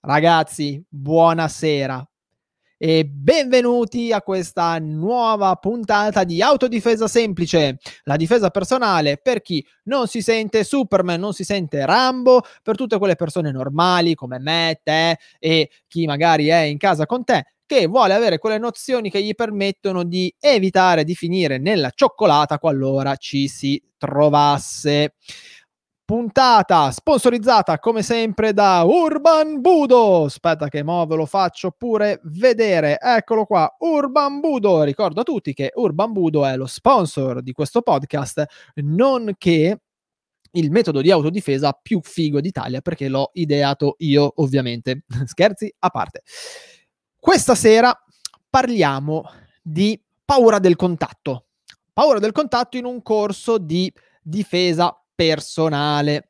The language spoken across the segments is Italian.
Ragazzi, buonasera e benvenuti a questa nuova puntata di Autodifesa Semplice, la difesa personale per chi non si sente Superman, non si sente Rambo, per tutte quelle persone normali come me, te e chi magari è in casa con te, che vuole avere quelle nozioni che gli permettono di evitare di finire nella cioccolata qualora ci si trovasse. Puntata sponsorizzata come sempre da Urban Budo. Aspetta che mo ve lo faccio pure vedere. Eccolo qua, Urban Budo. Ricordo a tutti che Urban Budo è lo sponsor di questo podcast, nonché il metodo di autodifesa più figo d'Italia, perché l'ho ideato io, ovviamente. Scherzi a parte. Questa sera parliamo di paura del contatto. Paura del contatto in un corso di difesa personale.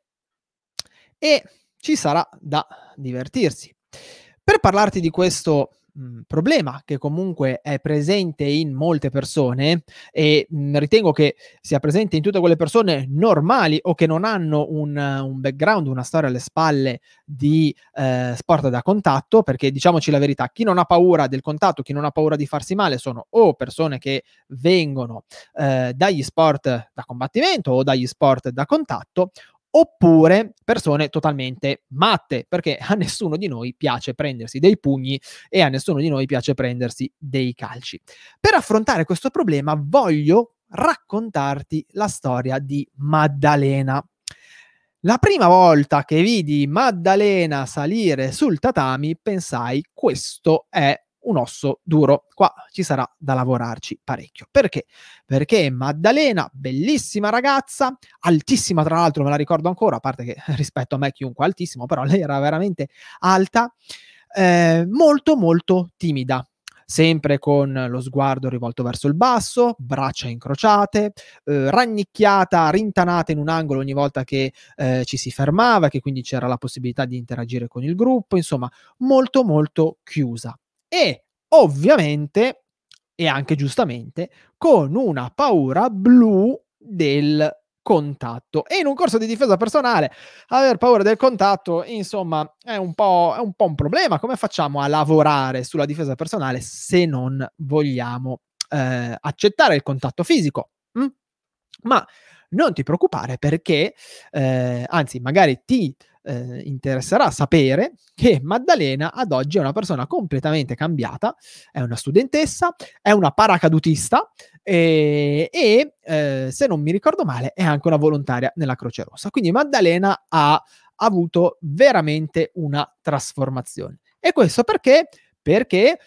E ci sarà da divertirsi. Per parlarti di questo problema che comunque è presente in molte persone e ritengo che sia presente in tutte quelle persone normali o che non hanno un background, una storia alle spalle di sport da contatto, perché diciamoci la verità, chi non ha paura del contatto, chi non ha paura di farsi male sono o persone che vengono dagli sport da combattimento o dagli sport da contatto, oppure persone totalmente matte, perché a nessuno di noi piace prendersi dei pugni e a nessuno di noi piace prendersi dei calci. Per affrontare questo problema voglio raccontarti la storia di Maddalena. La prima volta che vidi Maddalena salire sul tatami pensai: questo è un osso duro, qua ci sarà da lavorarci parecchio. Perché? Perché Maddalena, bellissima ragazza, altissima tra l'altro, me la ricordo ancora, a parte che rispetto a me chiunque è altissimo, però lei era veramente alta, molto molto timida, sempre con lo sguardo rivolto verso il basso, braccia incrociate, rannicchiata, rintanata in un angolo ogni volta che ci si fermava, che quindi c'era la possibilità di interagire con il gruppo, insomma molto molto chiusa. E ovviamente, e anche giustamente, con una paura blu del contatto. E in un corso di difesa personale aver paura del contatto, insomma, è un po' un problema. Come facciamo a lavorare sulla difesa personale se non vogliamo accettare il contatto fisico? Ma non ti preoccupare perché, anzi magari ti interesserà sapere che Maddalena ad oggi è una persona completamente cambiata, è una studentessa, è una paracadutista se non mi ricordo male è anche una volontaria nella Croce Rossa. Quindi Maddalena ha avuto veramente una trasformazione. E questo perché? Perché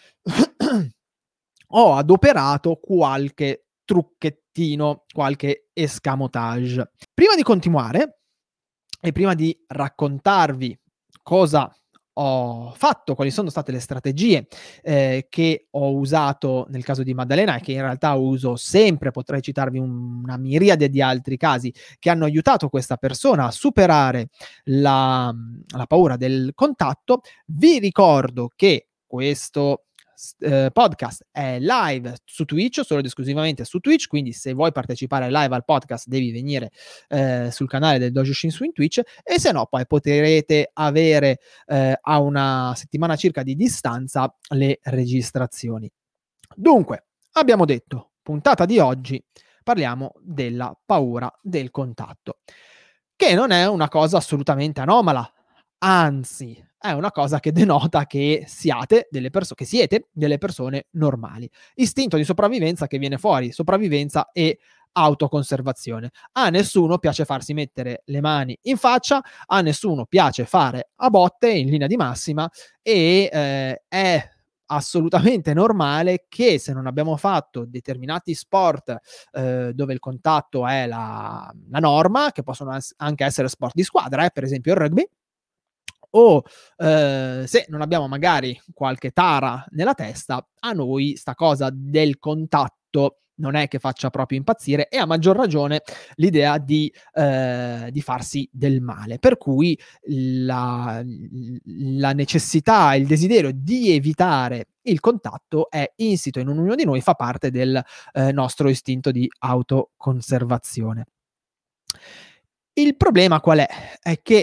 ho adoperato qualche trucchettino, qualche escamotage. Prima di continuare e prima di raccontarvi cosa ho fatto, quali sono state le strategie che ho usato nel caso di Maddalena e che in realtà uso sempre, potrei citarvi una miriade di altri casi che hanno aiutato questa persona a superare la paura del contatto, vi ricordo che questo podcast è live su Twitch, solo ed esclusivamente su Twitch, quindi se vuoi partecipare live al podcast devi venire sul canale del Dojo Shinsu in Twitch, e se no poi potrete avere a una settimana circa di distanza le registrazioni. Dunque, abbiamo detto, puntata di oggi, parliamo della paura del contatto, che non è una cosa assolutamente anomala, anzi è una cosa che denota che siete delle persone normali. Istinto di sopravvivenza che viene fuori, sopravvivenza e autoconservazione. A nessuno piace farsi mettere le mani in faccia, a nessuno piace fare a botte in linea di massima e è assolutamente normale che se non abbiamo fatto determinati sport dove il contatto è la norma, che possono anche essere sport di squadra, per esempio il rugby, o se non abbiamo magari qualche tara nella testa, a noi sta cosa del contatto non è che faccia proprio impazzire, e a maggior ragione l'idea di farsi del male. Per cui la necessità, il desiderio di evitare il contatto è insito in ognuno di noi, fa parte del nostro istinto di autoconservazione. Il problema qual è? È che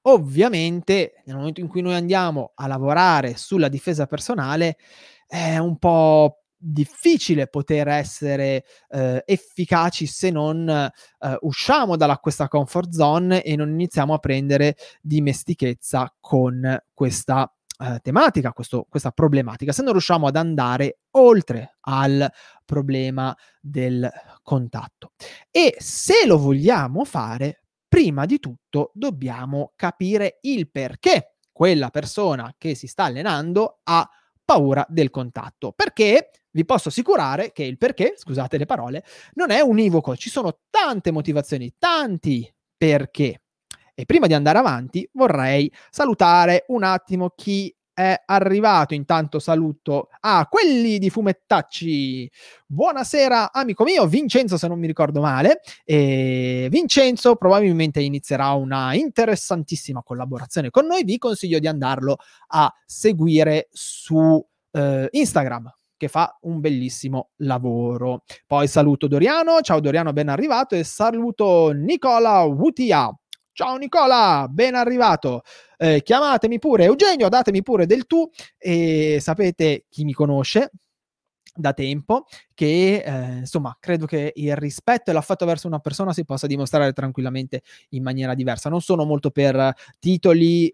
Ovviamente nel momento in cui noi andiamo a lavorare sulla difesa personale è un po' difficile poter essere, efficaci se non, usciamo dalla questa comfort zone e non iniziamo a prendere dimestichezza con questa, tematica, questa problematica, se non riusciamo ad andare oltre al problema del contatto. E se lo vogliamo fare, prima di tutto dobbiamo capire il perché quella persona che si sta allenando ha paura del contatto. Perché vi posso assicurare che il perché, scusate le parole, non è univoco, ci sono tante motivazioni, tanti perché. E prima di andare avanti vorrei salutare un attimo chi è arrivato. Intanto saluto quelli di Fumettacci. Buonasera amico mio Vincenzo, se non mi ricordo male. E Vincenzo probabilmente inizierà una interessantissima collaborazione con noi. Vi consiglio di andarlo a seguire su Instagram, che fa un bellissimo lavoro. Poi saluto Doriano, ciao Doriano, ben arrivato, e saluto Nicola Wutia. Ciao Nicola, ben arrivato. Chiamatemi pure Eugenio, datemi pure del tu, e sapete, chi mi conosce da tempo, che insomma credo che il rispetto e l'affetto verso una persona si possa dimostrare tranquillamente in maniera diversa. Non sono molto per titoli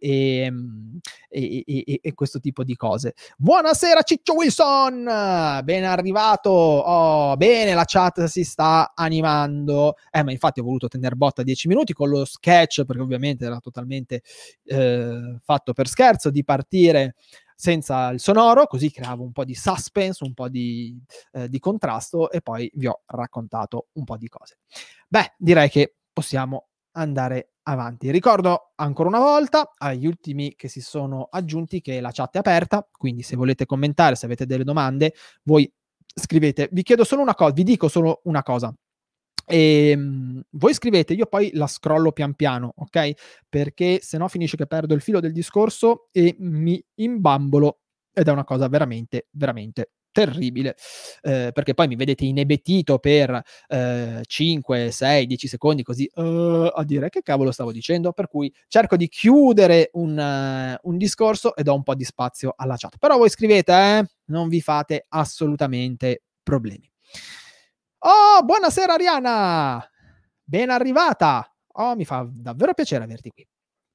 e questo tipo di cose. Buonasera Ciccio Wilson, ben arrivato. Oh, bene, la chat si sta animando. Ma infatti ho voluto tener botta 10 minuti con lo sketch, perché ovviamente era totalmente fatto per scherzo, di partire senza il sonoro, così creavo un po' di suspense, un po' di contrasto, e poi vi ho raccontato un po' di cose. Beh, direi che possiamo andare avanti. Ricordo ancora una volta agli ultimi che si sono aggiunti che la chat è aperta, quindi se volete commentare, se avete delle domande, voi scrivete. Vi chiedo solo una cosa, vi dico solo una cosa. Voi scrivete, io poi la scrollo pian piano, ok? Perché se no finisce che perdo il filo del discorso e mi imbambolo, ed è una cosa veramente, veramente terribile, perché poi mi vedete inebetito per 5, 6, 10 secondi così a dire che cavolo stavo dicendo, per cui cerco di chiudere un discorso e do un po' di spazio alla chat. Però voi scrivete, non vi fate assolutamente problemi. Oh, buonasera Ariana! Ben arrivata! Oh, mi fa davvero piacere averti qui.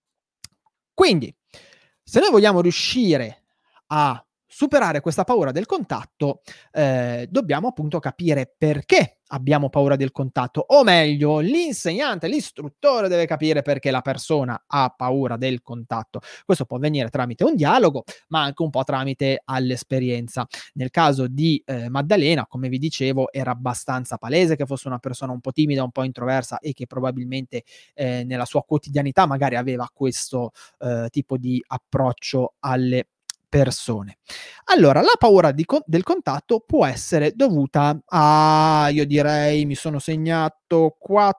Quindi, se noi vogliamo riuscire a superare questa paura del contatto, dobbiamo appunto capire perché abbiamo paura del contatto, o meglio, l'insegnante, l'istruttore deve capire perché la persona ha paura del contatto. Questo può avvenire tramite un dialogo, ma anche un po' tramite all'esperienza. Nel caso di Maddalena, come vi dicevo, era abbastanza palese che fosse una persona un po' timida, un po' introversa, e che probabilmente nella sua quotidianità magari aveva questo tipo di approccio alle persone. Allora, la paura del contatto può essere dovuta a, io direi, mi sono segnato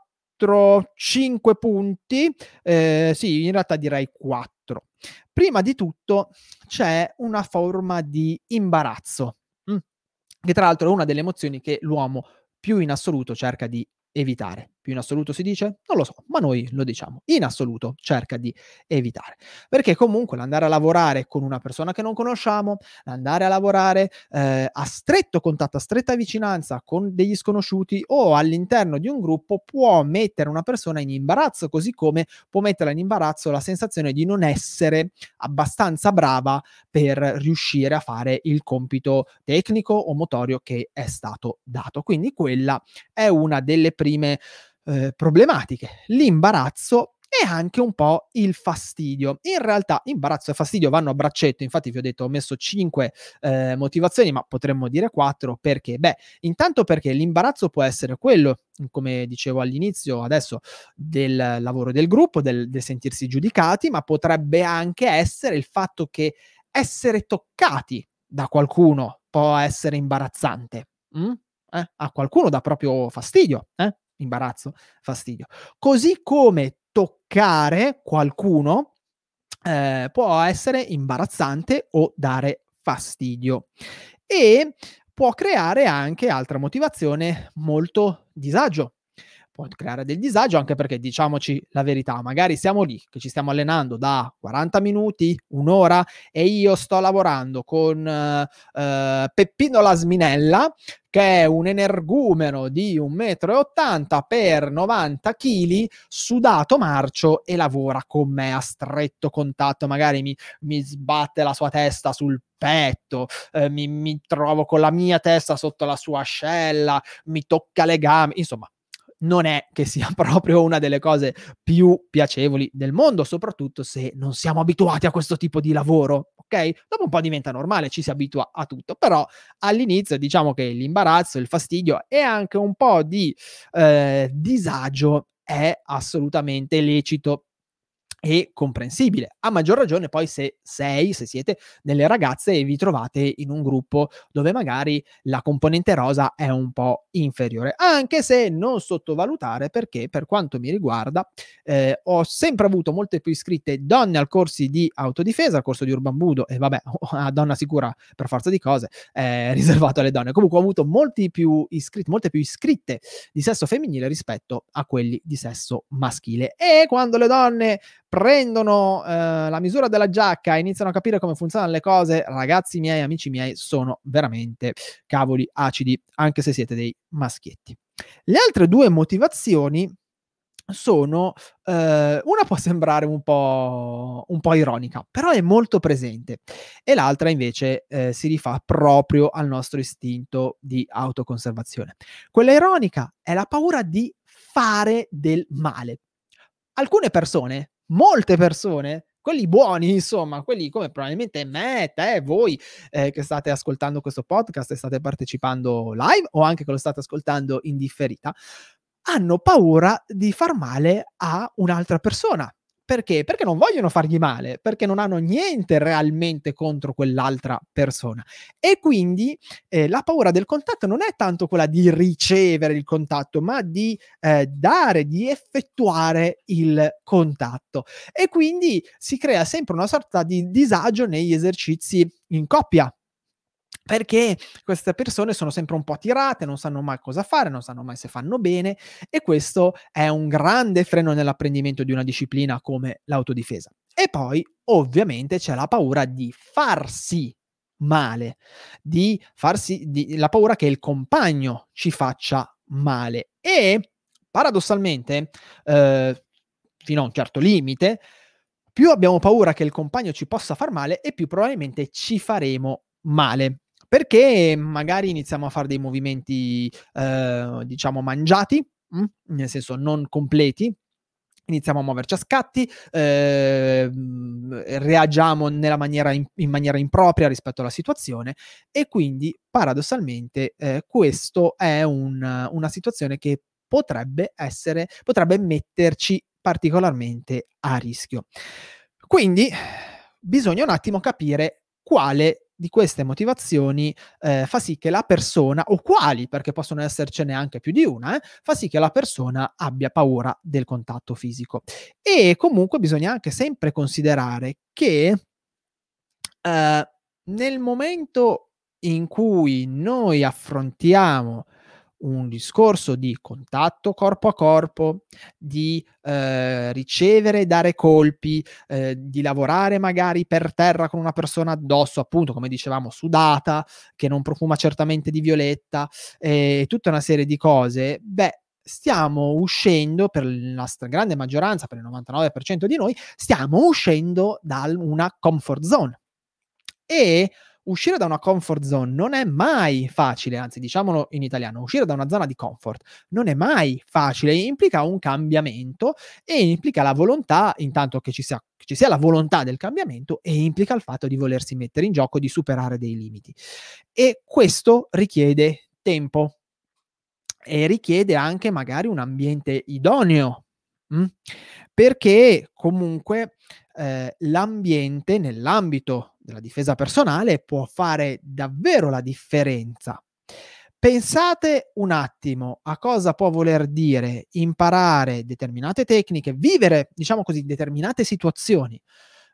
4, 5 punti, sì, in realtà direi 4. Prima di tutto c'è una forma di imbarazzo, che tra l'altro è una delle emozioni che l'uomo più in assoluto cerca di evitare. Più in assoluto si dice? Non lo so, ma noi lo diciamo. In assoluto cerca di evitare. Perché comunque l'andare a lavorare con una persona che non conosciamo, l'andare a lavorare a stretto contatto, a stretta vicinanza con degli sconosciuti o all'interno di un gruppo, può mettere una persona in imbarazzo, così come può metterla in imbarazzo la sensazione di non essere abbastanza brava per riuscire a fare il compito tecnico o motorio che è stato dato. Quindi quella è una delle prime problematiche, l'imbarazzo e anche un po' il fastidio. In realtà imbarazzo e fastidio vanno a braccetto, infatti vi ho detto, ho messo 5 motivazioni, ma potremmo dire 4, perché? Beh, intanto perché l'imbarazzo può essere quello, come dicevo all'inizio adesso, del lavoro del gruppo, del sentirsi giudicati, ma potrebbe anche essere il fatto che essere toccati da qualcuno può essere imbarazzante. A qualcuno dà proprio fastidio, imbarazzo, fastidio. Così come toccare qualcuno, può essere imbarazzante o dare fastidio. E può creare anche altra motivazione, molto disagio. può creare del disagio, anche perché, diciamoci la verità, magari siamo lì che ci stiamo allenando da 40 minuti, un'ora, e io sto lavorando con Peppino Lasminella, che è un energumeno di 1,80 m per 90 kg, sudato marcio, e lavora con me a stretto contatto, magari mi sbatte la sua testa sul petto, mi trovo con la mia testa sotto la sua ascella, mi tocca le gambe, insomma non è che sia proprio una delle cose più piacevoli del mondo, soprattutto se non siamo abituati a questo tipo di lavoro, ok? Dopo un po' diventa normale, ci si abitua a tutto, però all'inizio diciamo che l'imbarazzo, il fastidio e anche un po' di disagio è assolutamente lecito e comprensibile. A maggior ragione poi se siete delle ragazze e vi trovate in un gruppo dove magari la componente rosa è un po' inferiore, anche se non sottovalutare, perché per quanto mi riguarda ho sempre avuto molte più iscritte donne al corsi di autodifesa, al corso di Urban Budo, e vabbè, a Donna Sicura per forza di cose è riservato alle donne. Comunque ho avuto molte più iscritte di sesso femminile rispetto a quelli di sesso maschile, e quando le donne prendono la misura della giacca e iniziano a capire come funzionano le cose, ragazzi miei, amici miei, sono veramente cavoli acidi, anche se siete dei maschietti. Le altre due motivazioni sono una può sembrare un po' ironica, però è molto presente, e l'altra invece si rifà proprio al nostro istinto di autoconservazione. Quella ironica è la paura di fare del male. Alcune persone, molte persone, quelli buoni insomma, quelli come probabilmente me, te, voi, che state ascoltando questo podcast e state partecipando live, o anche che lo state ascoltando in differita, hanno paura di far male a un'altra persona. Perché? Perché non vogliono fargli male, perché non hanno niente realmente contro quell'altra persona. E quindi la paura del contatto non è tanto quella di ricevere il contatto, ma di dare, di effettuare il contatto. E quindi si crea sempre una sorta di disagio negli esercizi in coppia, perché queste persone sono sempre un po' tirate, non sanno mai cosa fare, non sanno mai se fanno bene, e questo è un grande freno nell'apprendimento di una disciplina come l'autodifesa. E poi ovviamente c'è la paura di farsi male, la paura che il compagno ci faccia male, e paradossalmente, fino a un certo limite, più abbiamo paura che il compagno ci possa far male e più probabilmente ci faremo male. Perché magari iniziamo a fare dei movimenti, diciamo mangiati, nel senso non completi, iniziamo a muoverci a scatti, reagiamo in maniera impropria rispetto alla situazione, e quindi paradossalmente, questo è una situazione che potrebbe metterci particolarmente a rischio. Quindi bisogna un attimo capire quale di queste motivazioni fa sì che la persona, o quali, perché possono essercene anche più di una, fa sì che la persona abbia paura del contatto fisico. E comunque bisogna anche sempre considerare che Ehm, nel momento in cui noi affrontiamo un discorso di contatto corpo a corpo, di ricevere e dare colpi, di lavorare magari per terra con una persona addosso, appunto, come dicevamo, sudata, che non profuma certamente di violetta, tutta una serie di cose, beh, stiamo uscendo, per la stragrande maggioranza, per il 99% di noi, stiamo uscendo da una comfort zone. E uscire da una comfort zone non è mai facile, anzi, diciamolo in italiano, uscire da una zona di comfort non è mai facile, implica un cambiamento, e implica la volontà, intanto che ci sia la volontà del cambiamento, e implica il fatto di volersi mettere in gioco, di superare dei limiti. E questo richiede tempo, e richiede anche magari un ambiente idoneo, mh? Perché comunque, l'ambiente nell'ambito della difesa personale può fare davvero la differenza. Pensate un attimo a cosa può voler dire imparare determinate tecniche, vivere, diciamo così, determinate situazioni,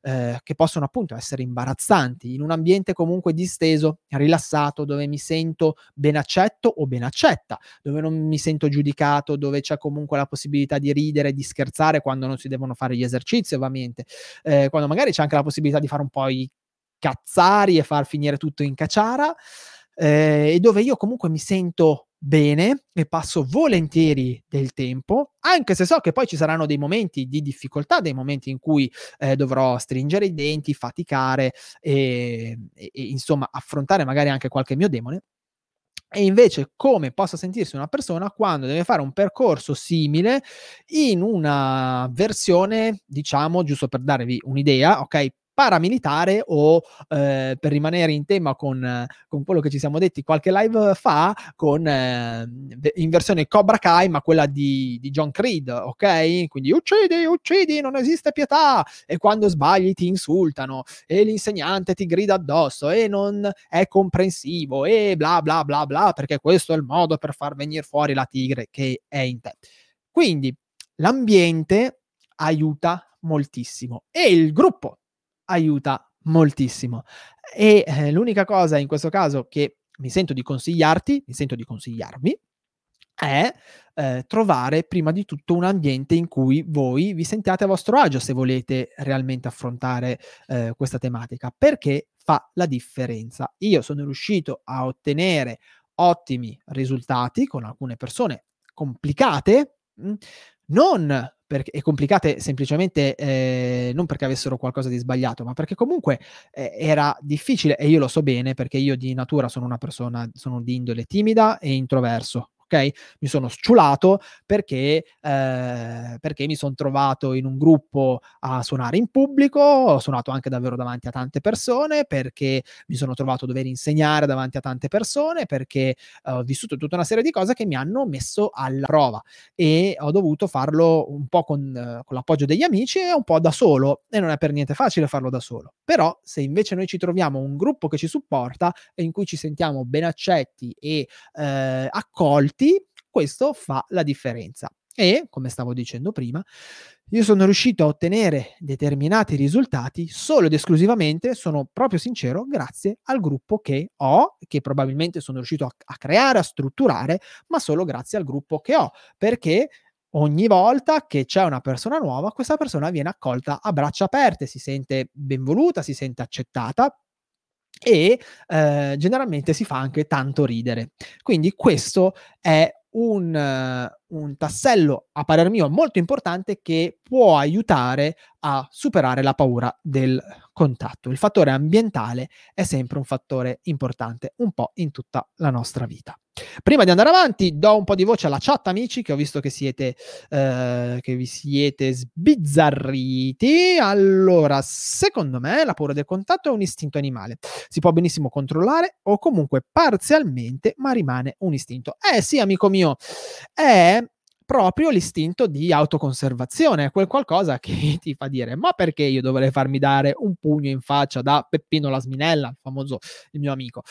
che possono appunto essere imbarazzanti, in un ambiente comunque disteso, rilassato, dove mi sento ben accetto o ben accetta, dove non mi sento giudicato, dove c'è comunque la possibilità di ridere, di scherzare quando non si devono fare gli esercizi ovviamente, quando magari c'è anche la possibilità di fare un po' i cazzari e far finire tutto in caciara, e dove io comunque mi sento bene e passo volentieri del tempo, anche se so che poi ci saranno dei momenti di difficoltà, dei momenti in cui, dovrò stringere i denti, faticare, e insomma affrontare magari anche qualche mio demone. E invece come possa sentirsi una persona quando deve fare un percorso simile in una versione, diciamo, giusto per darvi un'idea, okay, paramilitare o, per rimanere in tema con quello che ci siamo detti qualche live fa, con in versione Cobra Kai, ma quella di John Creed, okay, quindi: "Uccidi, uccidi, non esiste pietà", e quando sbagli ti insultano, e l'insegnante ti grida addosso e non è comprensivo e bla bla bla bla, perché questo è il modo per far venir fuori la tigre che è in te. Quindi l'ambiente aiuta moltissimo e il gruppo aiuta moltissimo. E, l'unica cosa in questo caso che mi sento di consigliarvi è, trovare prima di tutto un ambiente in cui voi vi sentiate a vostro agio, se volete realmente affrontare, questa tematica, perché fa la differenza. Io sono riuscito a ottenere ottimi risultati con alcune persone complicate, non perché complicate semplicemente, non perché avessero qualcosa di sbagliato, ma perché comunque, era difficile e io lo so bene perché io di natura sono di indole timida e introverso, okay, mi sono sciulato perché mi son trovato in un gruppo a suonare in pubblico, ho suonato anche davvero davanti a tante persone, perché mi sono trovato a dover insegnare davanti a tante persone, perché ho vissuto tutta una serie di cose che mi hanno messo alla prova e ho dovuto farlo un po' con l'appoggio degli amici e un po' da solo e non è per niente facile farlo da solo. Però se invece noi ci troviamo un gruppo che ci supporta e in cui ci sentiamo ben accetti e, accolti, questo fa la differenza. E, come stavo dicendo prima, io sono riuscito a ottenere determinati risultati solo ed esclusivamente, sono proprio sincero, grazie al gruppo che ho, che probabilmente sono riuscito a creare, a strutturare, ma solo grazie al gruppo che ho, perché ogni volta che c'è una persona nuova, questa persona viene accolta a braccia aperte, si sente benvoluta, si sente accettata e, generalmente si fa anche tanto ridere. Quindi questo è un tassello, a parer mio, molto importante che può aiutare a superare la paura del contatto. Il fattore ambientale è sempre un fattore importante, un po' in tutta la nostra vita. Prima di andare avanti, do un po' di voce alla chat, amici, che ho visto che vi siete sbizzarriti. Allora, secondo me la paura del contatto è un istinto animale. Si può benissimo controllare o comunque parzialmente, ma rimane un istinto. Eh sì, amico mio, è proprio l'istinto di autoconservazione, è quel qualcosa che ti fa dire: "Ma perché io dovrei farmi dare un pugno in faccia da Peppino Lasminella", il mio amico.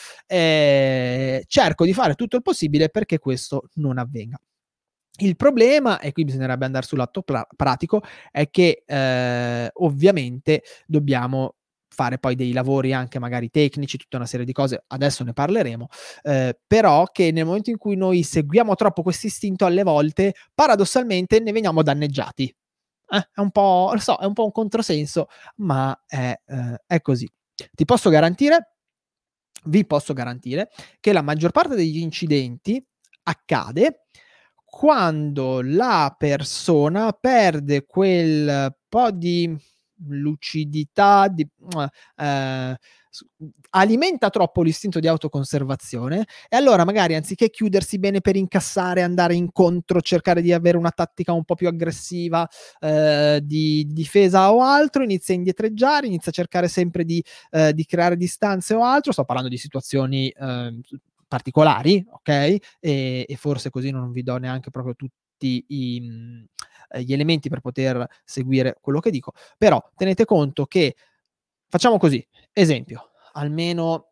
Cerco di fare tutto il possibile perché questo non avvenga. Il problema, e qui bisognerebbe andare sul lato pratico, è che, ovviamente dobbiamo fare poi dei lavori anche magari tecnici, tutta una serie di cose, adesso ne parleremo, però che nel momento in cui noi seguiamo troppo quest'istinto alle volte, paradossalmente ne veniamo danneggiati. È un po' lo so, è un po' un controsenso, ma è così. Ti posso garantire Vi posso garantire che la maggior parte degli incidenti accade quando la persona perde quel po' di lucidità, ehm, alimenta troppo l'istinto di autoconservazione e allora magari anziché chiudersi bene per incassare, andare incontro, cercare di avere una tattica un po' più aggressiva, di difesa o altro, inizia a indietreggiare, inizia a cercare sempre di creare distanze o altro. Sto parlando di situazioni, particolari, okay, e forse così non vi do neanche proprio tutti gli elementi per poter seguire quello che dico, però tenete conto che facciamo così, esempio, almeno,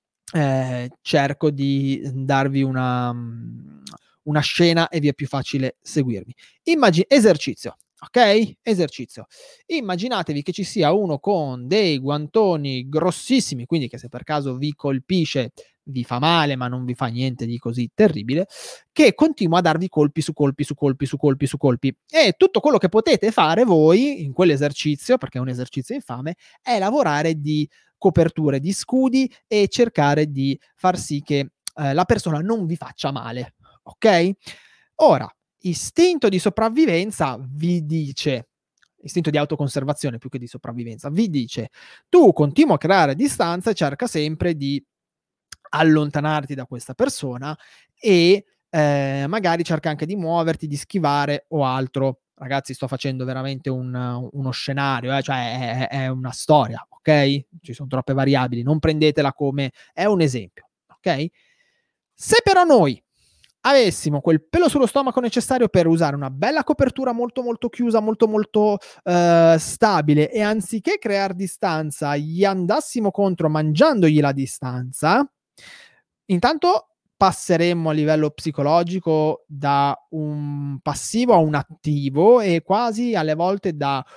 cerco di darvi una scena e vi è più facile seguirmi. Esercizio. ok? Esercizio. Immaginatevi che ci sia uno con dei guantoni grossissimi, quindi che se per caso vi colpisce vi fa male, ma non vi fa niente di così terribile, che continua a darvi colpi su colpi su colpi su colpi su colpi. E tutto quello che potete fare voi in quell'esercizio, perché è un esercizio infame, è lavorare di coperture, di scudi e cercare di far sì che la persona non vi faccia male, ok? Ora, istinto di sopravvivenza vi dice, istinto di autoconservazione più che di sopravvivenza, vi dice: tu continua a creare distanza e cerca sempre di allontanarti da questa persona e magari cerca anche di muoverti, di schivare o altro. Ragazzi, sto facendo veramente uno scenario, cioè è una storia, ok? Ci sono troppe variabili, non prendetela come è un esempio, ok? Se però noi avessimo quel pelo sullo stomaco necessario per usare una bella copertura molto, molto chiusa, molto, molto, stabile e anziché crear distanza gli andassimo contro mangiandogli la distanza, intanto passeremmo a livello psicologico da un passivo a un attivo e quasi alle volte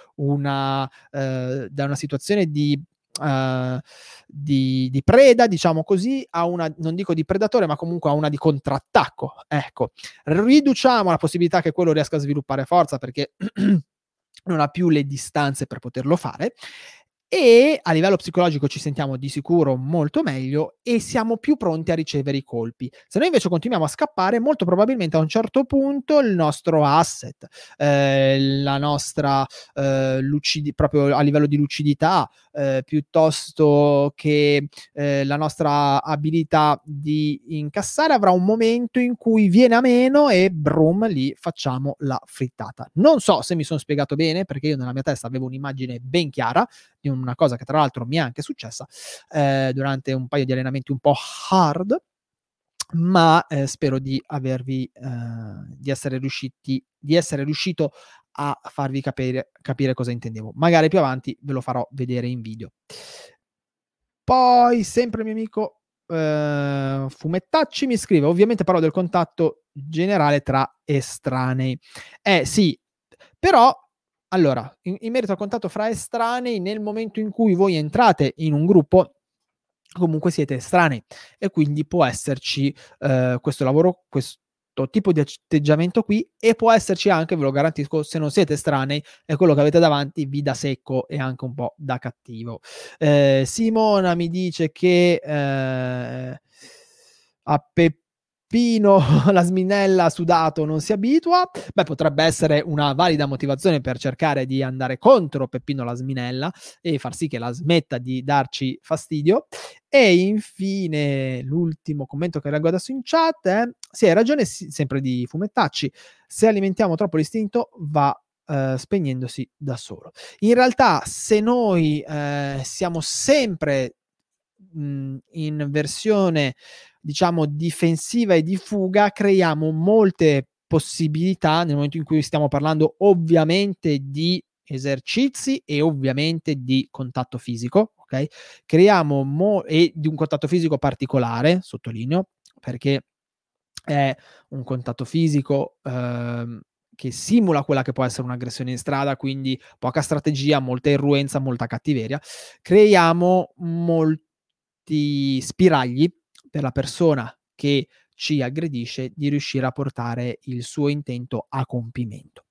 da una situazione ehm, di preda, diciamo così, a una non dico di predatore, ma comunque a una di contrattacco, ecco. Riduciamo la possibilità che quello riesca a sviluppare forza perché non ha più le distanze per poterlo fare e a livello psicologico ci sentiamo di sicuro molto meglio e siamo più pronti a ricevere i colpi. Se noi invece continuiamo a scappare, molto probabilmente a un certo punto il nostro asset, la nostra proprio a livello di lucidità, piuttosto che la nostra abilità di incassare, avrà un momento in cui viene a meno e brum, lì facciamo la frittata. Non so se mi sono spiegato bene, perché io nella mia testa avevo un'immagine ben chiara di una cosa che tra l'altro mi è anche successa durante un paio di allenamenti un po' hard, ma spero di avervi di essere riuscito a farvi capire cosa intendevo. Magari più avanti ve lo farò vedere in video. Poi sempre il mio amico Fumettacci mi scrive: "Ovviamente parlo del contatto generale tra estranei". Sì, però allora, in merito al contatto fra estranei, nel momento in cui voi entrate in un gruppo, comunque siete estranei e quindi può esserci, questo tipo di atteggiamento qui e può esserci anche, ve lo garantisco, se non siete estranei e quello che avete davanti vi dà secco e anche un po' da cattivo. Simona mi dice che, a Peppino Lasminella sudato non si abitua. Beh, potrebbe essere una valida motivazione per cercare di andare contro Peppino Lasminella e far sì che la smetta di darci fastidio. E infine l'ultimo commento che leggo adesso in chat è: "Sì, hai ragione, sempre di Fumettacci, se alimentiamo troppo l'istinto va spegnendosi da solo". In realtà se noi siamo sempre in versione diciamo difensiva e di fuga, creiamo molte possibilità nel momento in cui stiamo parlando ovviamente di esercizi e ovviamente di contatto fisico, okay, creiamo e di un contatto fisico particolare, sottolineo, perché è un contatto fisico, che simula quella che può essere un'aggressione in strada, quindi poca strategia, molta irruenza, molta cattiveria. Creiamo molti spiragli per la persona che ci aggredisce di riuscire a portare il suo intento a compimento.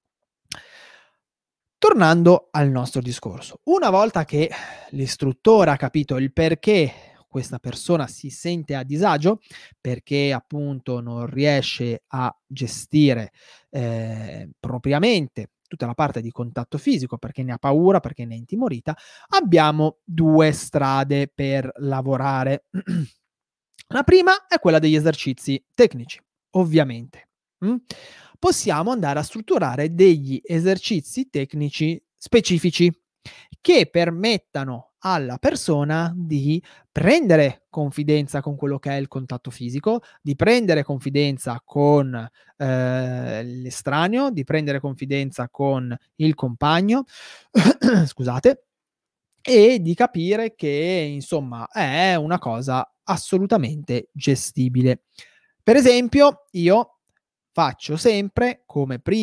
Tornando al nostro discorso, una volta che l'istruttore ha capito il perché questa persona si sente a disagio, perché appunto non riesce a gestire, propriamente tutta la parte di contatto fisico, perché ne ha paura, perché ne è intimorita, abbiamo 2 strade per lavorare. La prima è quella degli esercizi tecnici, ovviamente. Possiamo andare a strutturare degli esercizi tecnici specifici che permettano alla persona di prendere confidenza con quello che è il contatto fisico, di prendere confidenza con l'estraneo, di prendere confidenza con il compagno, scusate, e di capire che insomma è una cosa assolutamente gestibile. Per esempio, io faccio sempre come primo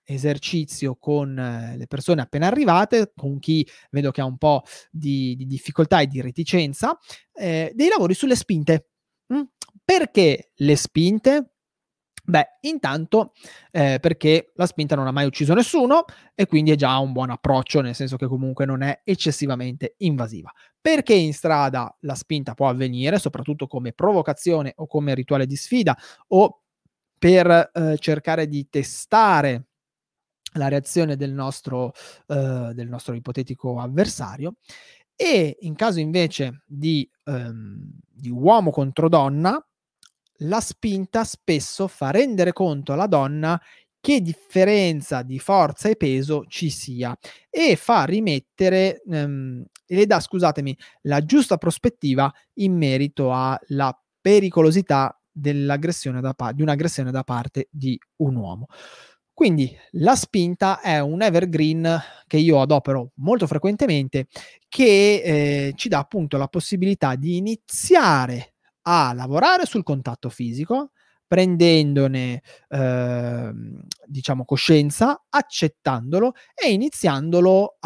esercizio con le persone appena arrivate, con chi vedo che ha un po' di difficoltà e di reticenza, dei lavori sulle spinte. Mh. Perché le spinte? Beh, intanto, perché la spinta non ha mai ucciso nessuno e quindi è già un buon approccio, nel senso che comunque non è eccessivamente invasiva. Perché in strada la spinta può avvenire, soprattutto come provocazione o come rituale di sfida o per, cercare di testare la reazione del nostro ipotetico avversario, e in caso invece di uomo contro donna, la spinta spesso fa rendere conto alla donna che differenza di forza e peso ci sia e fa rimettere, e le dà, scusatemi, la giusta prospettiva in merito alla pericolosità di un'aggressione da parte di un uomo. Quindi la spinta è un evergreen che io adopero molto frequentemente, che, ci dà appunto la possibilità di iniziare a lavorare sul contatto fisico, prendendone, diciamo coscienza, accettandolo e iniziandolo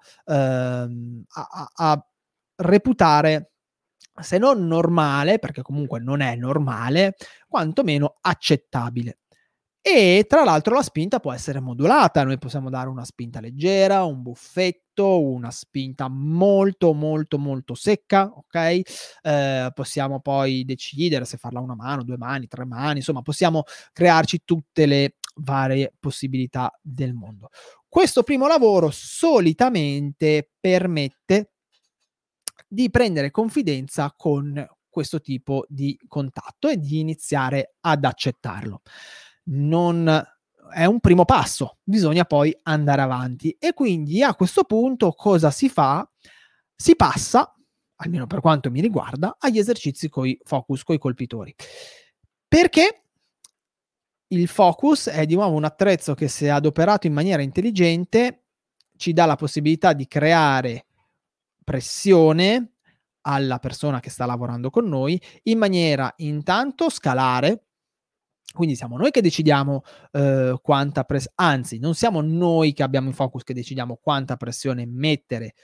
a reputare, se non normale, perché comunque non è normale, quantomeno accettabile. E tra l'altro la spinta può essere modulata, noi possiamo dare una spinta leggera, un buffetto, una spinta molto, molto, molto secca, okay, possiamo poi decidere se farla a 1 mano, 2 mani, 3 mani, insomma possiamo crearci tutte le varie possibilità del mondo. Questo primo lavoro solitamente permette di prendere confidenza con questo tipo di contatto e di iniziare ad accettarlo. Non È un primo passo, bisogna poi andare avanti e quindi a questo punto cosa si fa? Si passa, almeno per quanto mi riguarda, agli esercizi coi focus, coi colpitori. Perché il focus è di nuovo un attrezzo che, se adoperato in maniera intelligente, ci dà la possibilità di creare pressione alla persona che sta lavorando con noi, in maniera intanto scalare, quindi siamo noi che decidiamo, anzi non siamo noi che abbiamo il focus che decidiamo quanta pressione mettere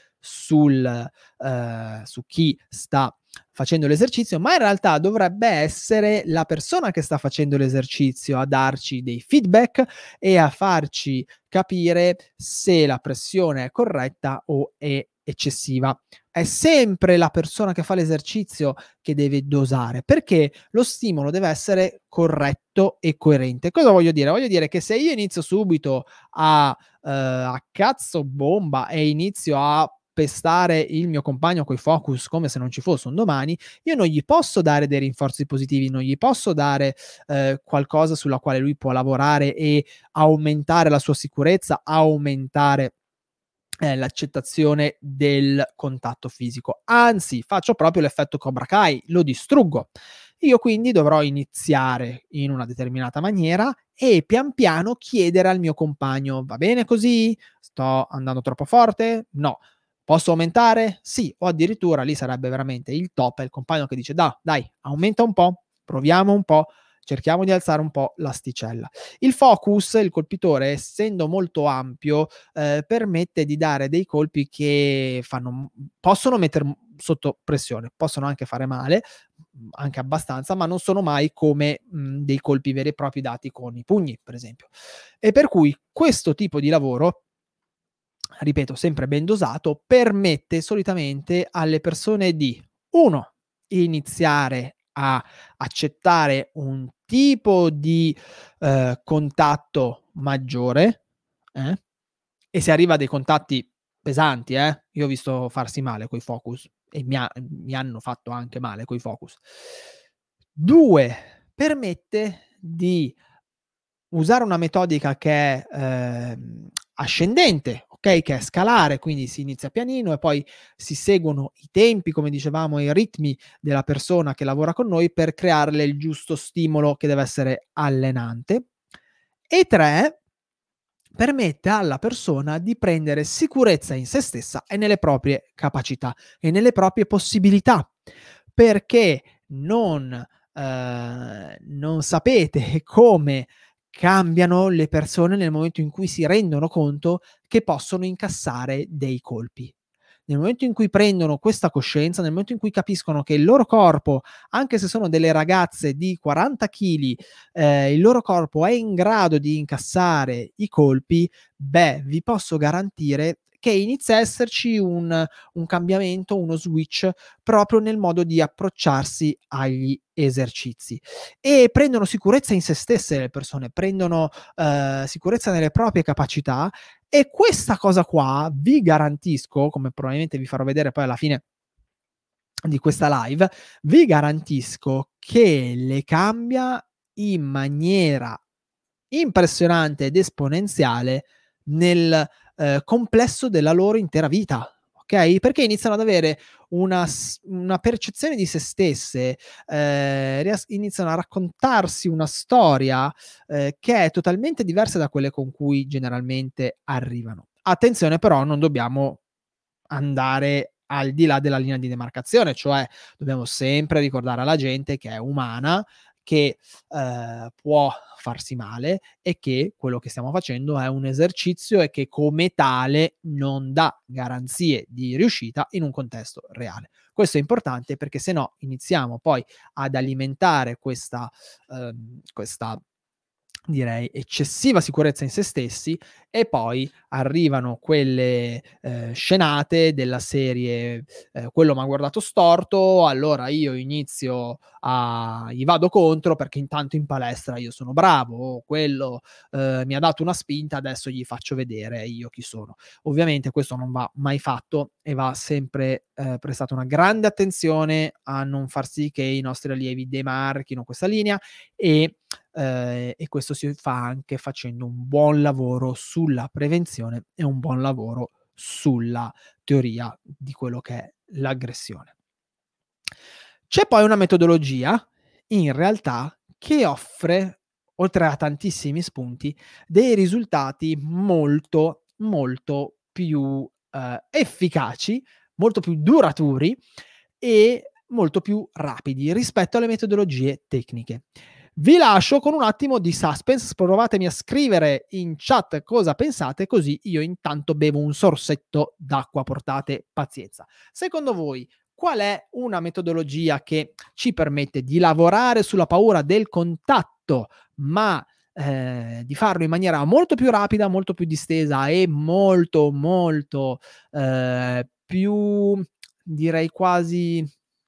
su chi sta facendo l'esercizio, ma in realtà dovrebbe essere la persona che sta facendo l'esercizio a darci dei feedback e a farci capire se la pressione è corretta o è eccessiva. È sempre la persona che fa l'esercizio che deve dosare, perché lo stimolo deve essere corretto e coerente. Cosa voglio dire? Voglio dire che se io inizio subito a cazzo bomba e inizio a pestare il mio compagno coi focus come se non ci fosse un domani, io non gli posso dare dei rinforzi positivi, non gli posso dare, qualcosa sulla quale lui può lavorare e aumentare la sua sicurezza, aumentare l'accettazione del contatto fisico. Anzi, faccio proprio l'effetto Cobra Kai, lo distruggo. Io quindi dovrò iniziare in una determinata maniera e pian piano chiedere al mio compagno: "Va bene così? Sto andando troppo forte? No. Posso aumentare? Sì." O addirittura lì sarebbe veramente il top, è il compagno che dice: Dai, aumenta un po', proviamo un po', cerchiamo di alzare un po' l'asticella." Il focus, il colpitore, essendo molto ampio, permette di dare dei colpi che possono metter sotto pressione, possono anche fare male, anche abbastanza, ma non sono mai come, dei colpi veri e propri dati con i pugni, per esempio. E per cui questo tipo di lavoro, ripeto, sempre ben dosato, permette solitamente alle persone di: 1, iniziare a accettare un tipo di, contatto maggiore, eh, e si arriva a dei contatti pesanti, io ho visto farsi male coi focus e mi hanno fatto anche male coi focus. 2, permette di usare una metodica che è, ascendente, okay, che è scalare, quindi si inizia pianino e poi si seguono i tempi, come dicevamo, i ritmi della persona che lavora con noi per crearle il giusto stimolo che deve essere allenante. E 3, permette alla persona di prendere sicurezza in se stessa e nelle proprie capacità e nelle proprie possibilità, perché non sapete come cambiano le persone nel momento in cui si rendono conto che possono incassare dei colpi. Nel momento in cui prendono questa coscienza, nel momento in cui capiscono che il loro corpo, anche se sono delle ragazze di 40 chili, il loro corpo è in grado di incassare i colpi, beh, vi posso garantire che inizia a esserci un cambiamento, uno switch proprio nel modo di approcciarsi agli esercizi. E prendono sicurezza in se stesse le persone, prendono, sicurezza nelle proprie capacità e questa cosa qua vi garantisco, come probabilmente vi farò vedere poi alla fine di questa live, vi garantisco che le cambia in maniera impressionante ed esponenziale nel, complesso della loro intera vita, okay, perché iniziano ad avere una percezione di se stesse, iniziano a raccontarsi una storia, che è totalmente diversa da quelle con cui generalmente arrivano. Attenzione però, non dobbiamo andare al di là della linea di demarcazione, cioè dobbiamo sempre ricordare alla gente che è umana, che può farsi male e che quello che stiamo facendo è un esercizio e che come tale non dà garanzie di riuscita in un contesto reale. Questo è importante perché se no iniziamo poi ad alimentare questa direi eccessiva sicurezza in se stessi e poi arrivano quelle, scenate della serie, quello m'ha guardato storto, allora io inizio a gli vado contro perché intanto in palestra io sono bravo, o quello, mi ha dato una spinta, adesso gli faccio vedere io chi sono. Ovviamente questo non va mai fatto e va sempre, prestata una grande attenzione a non far sì che i nostri allievi demarchino questa linea e questo si fa anche facendo un buon lavoro sulla prevenzione e un buon lavoro sulla teoria di quello che è l'aggressione. C'è poi una metodologia, in realtà, che offre, oltre a tantissimi spunti, dei risultati molto, molto più, efficaci, molto più duraturi e molto più rapidi rispetto alle metodologie tecniche. Vi lascio con un attimo di suspense, provatemi a scrivere in chat cosa pensate, così io intanto bevo un sorsetto d'acqua, portate pazienza. Secondo voi qual è una metodologia che ci permette di lavorare sulla paura del contatto, ma di farlo in maniera molto più rapida, molto più distesa e molto, molto più direi quasi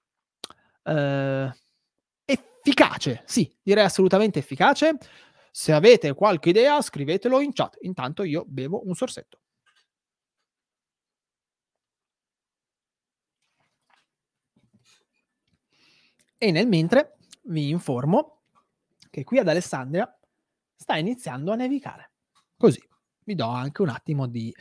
Ehm, efficace, sì, direi assolutamente efficace. Se avete qualche idea scrivetelo in chat, intanto io bevo un sorsetto. E nel mentre vi informo che qui ad Alessandria sta iniziando a nevicare. Così vi do anche un attimo di,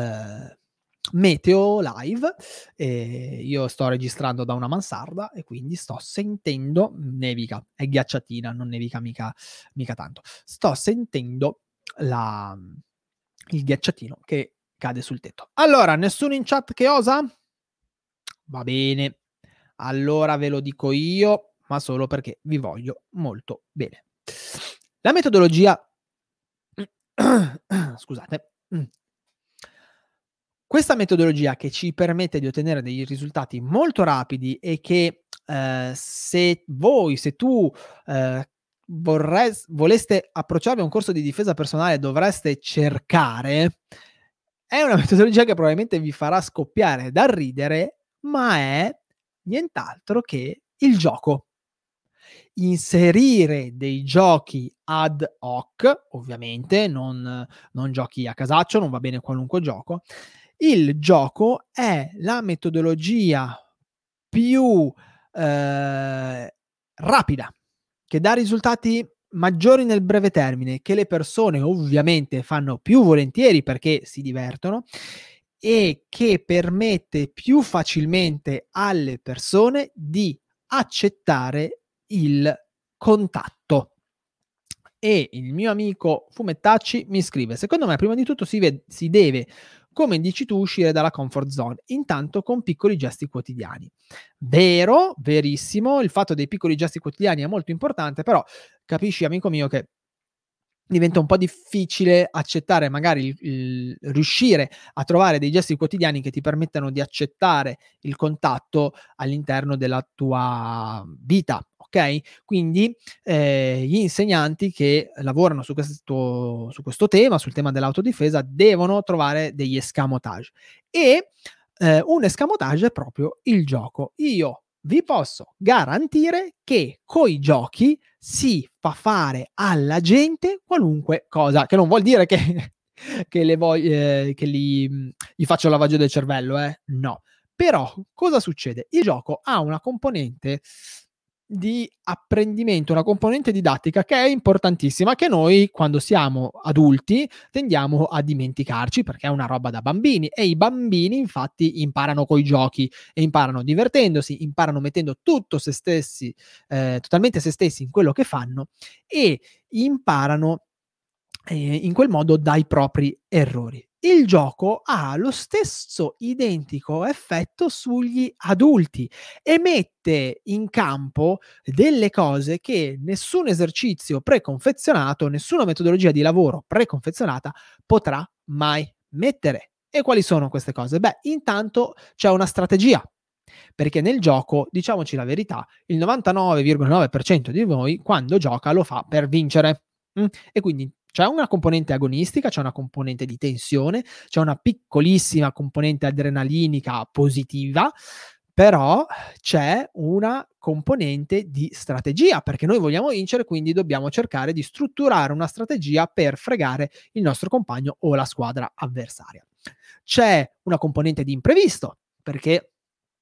meteo live. Io sto registrando da una mansarda e quindi sto sentendo nevica, è ghiacciatina, non nevica mica tanto. Sto sentendo la il ghiacciatino che cade sul tetto. Allora, nessuno in chat che osa? Va bene. Allora ve lo dico io, ma solo perché vi voglio molto bene. La metodologia scusate. Questa metodologia che ci permette di ottenere dei risultati molto rapidi e che, se tu, ehm, voleste approcciarvi a un corso di difesa personale dovreste cercare, è una metodologia che probabilmente vi farà scoppiare dal ridere, ma è nient'altro che il gioco. Inserire dei giochi ad hoc, ovviamente, non giochi a casaccio, non va bene qualunque gioco. Il gioco è la metodologia più, rapida, che dà risultati maggiori nel breve termine, che le persone ovviamente fanno più volentieri perché si divertono e che permette più facilmente alle persone di accettare il contatto. E il mio amico Fumettacci mi scrive: "Secondo me prima di tutto si deve, come dici tu, uscire dalla comfort zone, intanto con piccoli gesti quotidiani". Vero, verissimo, il fatto dei piccoli gesti quotidiani è molto importante, però capisci amico mio che diventa un po' difficile accettare magari riuscire a trovare dei gesti quotidiani che ti permettano di accettare il contatto all'interno della tua vita, okay, quindi, gli insegnanti che lavorano su questo tema, sul tema dell'autodifesa, devono trovare degli escamotage e, un escamotage è proprio il gioco. Io vi posso garantire che coi giochi si fa fare alla gente qualunque cosa, che non vuol dire che che le vogl che gli faccio il lavaggio del cervello, no. Però cosa succede? Il gioco ha una componente di apprendimento, una componente didattica che è importantissima, che noi quando siamo adulti tendiamo a dimenticarci perché è una roba da bambini e i bambini infatti imparano coi giochi e imparano divertendosi, imparano mettendo tutto se stessi, totalmente se stessi in quello che fanno e imparano in quel modo dai propri errori. Il gioco ha lo stesso identico effetto sugli adulti e mette in campo delle cose che nessun esercizio preconfezionato, nessuna metodologia di lavoro preconfezionata potrà mai mettere. E quali sono queste cose? Beh, intanto c'è una strategia, perché nel gioco, diciamoci la verità, il 99,9% di voi quando gioca lo fa per vincere. E quindi c'è una componente agonistica, c'è una componente di tensione, c'è una piccolissima componente adrenalinica positiva, però c'è una componente di strategia, perché noi vogliamo vincere, quindi dobbiamo cercare di strutturare una strategia per fregare il nostro compagno o la squadra avversaria. C'è una componente di imprevisto, perché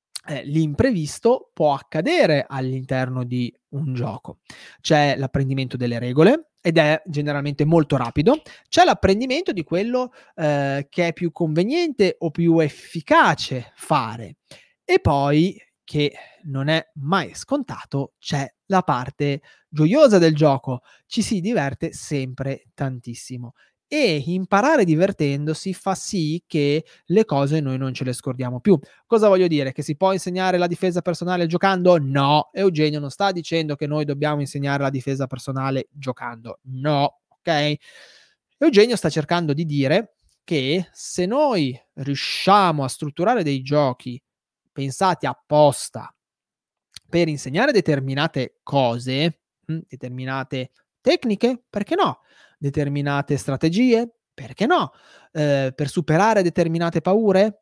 l'imprevisto può accadere all'interno di un gioco. C'è l'apprendimento delle regole ed è generalmente molto rapido, c'è l'apprendimento di quello, che è più conveniente o più efficace fare e poi, che non è mai scontato, c'è la parte gioiosa del gioco. Ci si diverte sempre tantissimo e imparare divertendosi fa sì che le cose noi non ce le scordiamo più. Cosa voglio dire? Che si può insegnare la difesa personale giocando? No, Eugenio non sta dicendo che noi dobbiamo insegnare la difesa personale giocando. No, okay? Eugenio sta cercando di dire che se noi riusciamo a strutturare dei giochi pensati apposta per insegnare determinate cose, determinate tecniche, perché no? Determinate strategie, perché no? Per superare determinate paure?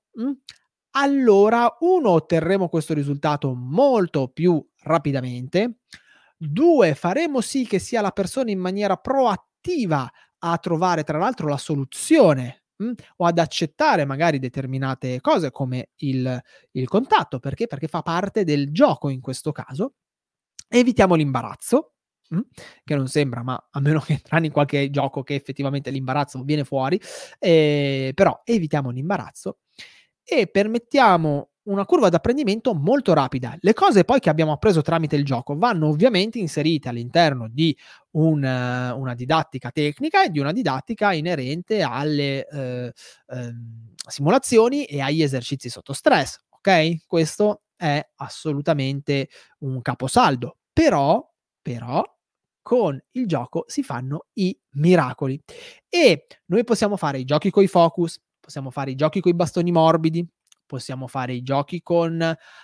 Allora 1 otterremo questo risultato molto più rapidamente, 2 faremo sì che sia la persona in maniera proattiva a trovare tra l'altro la soluzione, o ad accettare magari determinate cose come il contatto, perché? Perché fa parte del gioco in questo caso. Evitiamo l'imbarazzo, mh, che non sembra, ma a meno che tranne in qualche gioco che effettivamente l'imbarazzo viene fuori, però evitiamo l'imbarazzo e permettiamo una curva d'apprendimento molto rapida. Le cose poi che abbiamo appreso tramite il gioco vanno ovviamente inserite all'interno di una didattica tecnica e di una didattica inerente alle, simulazioni e agli esercizi sotto stress, okay? Questo è assolutamente un caposaldo. Però con il gioco si fanno i miracoli e noi possiamo fare i giochi coi focus, possiamo fare i giochi coi bastoni morbidi, possiamo fare i giochi con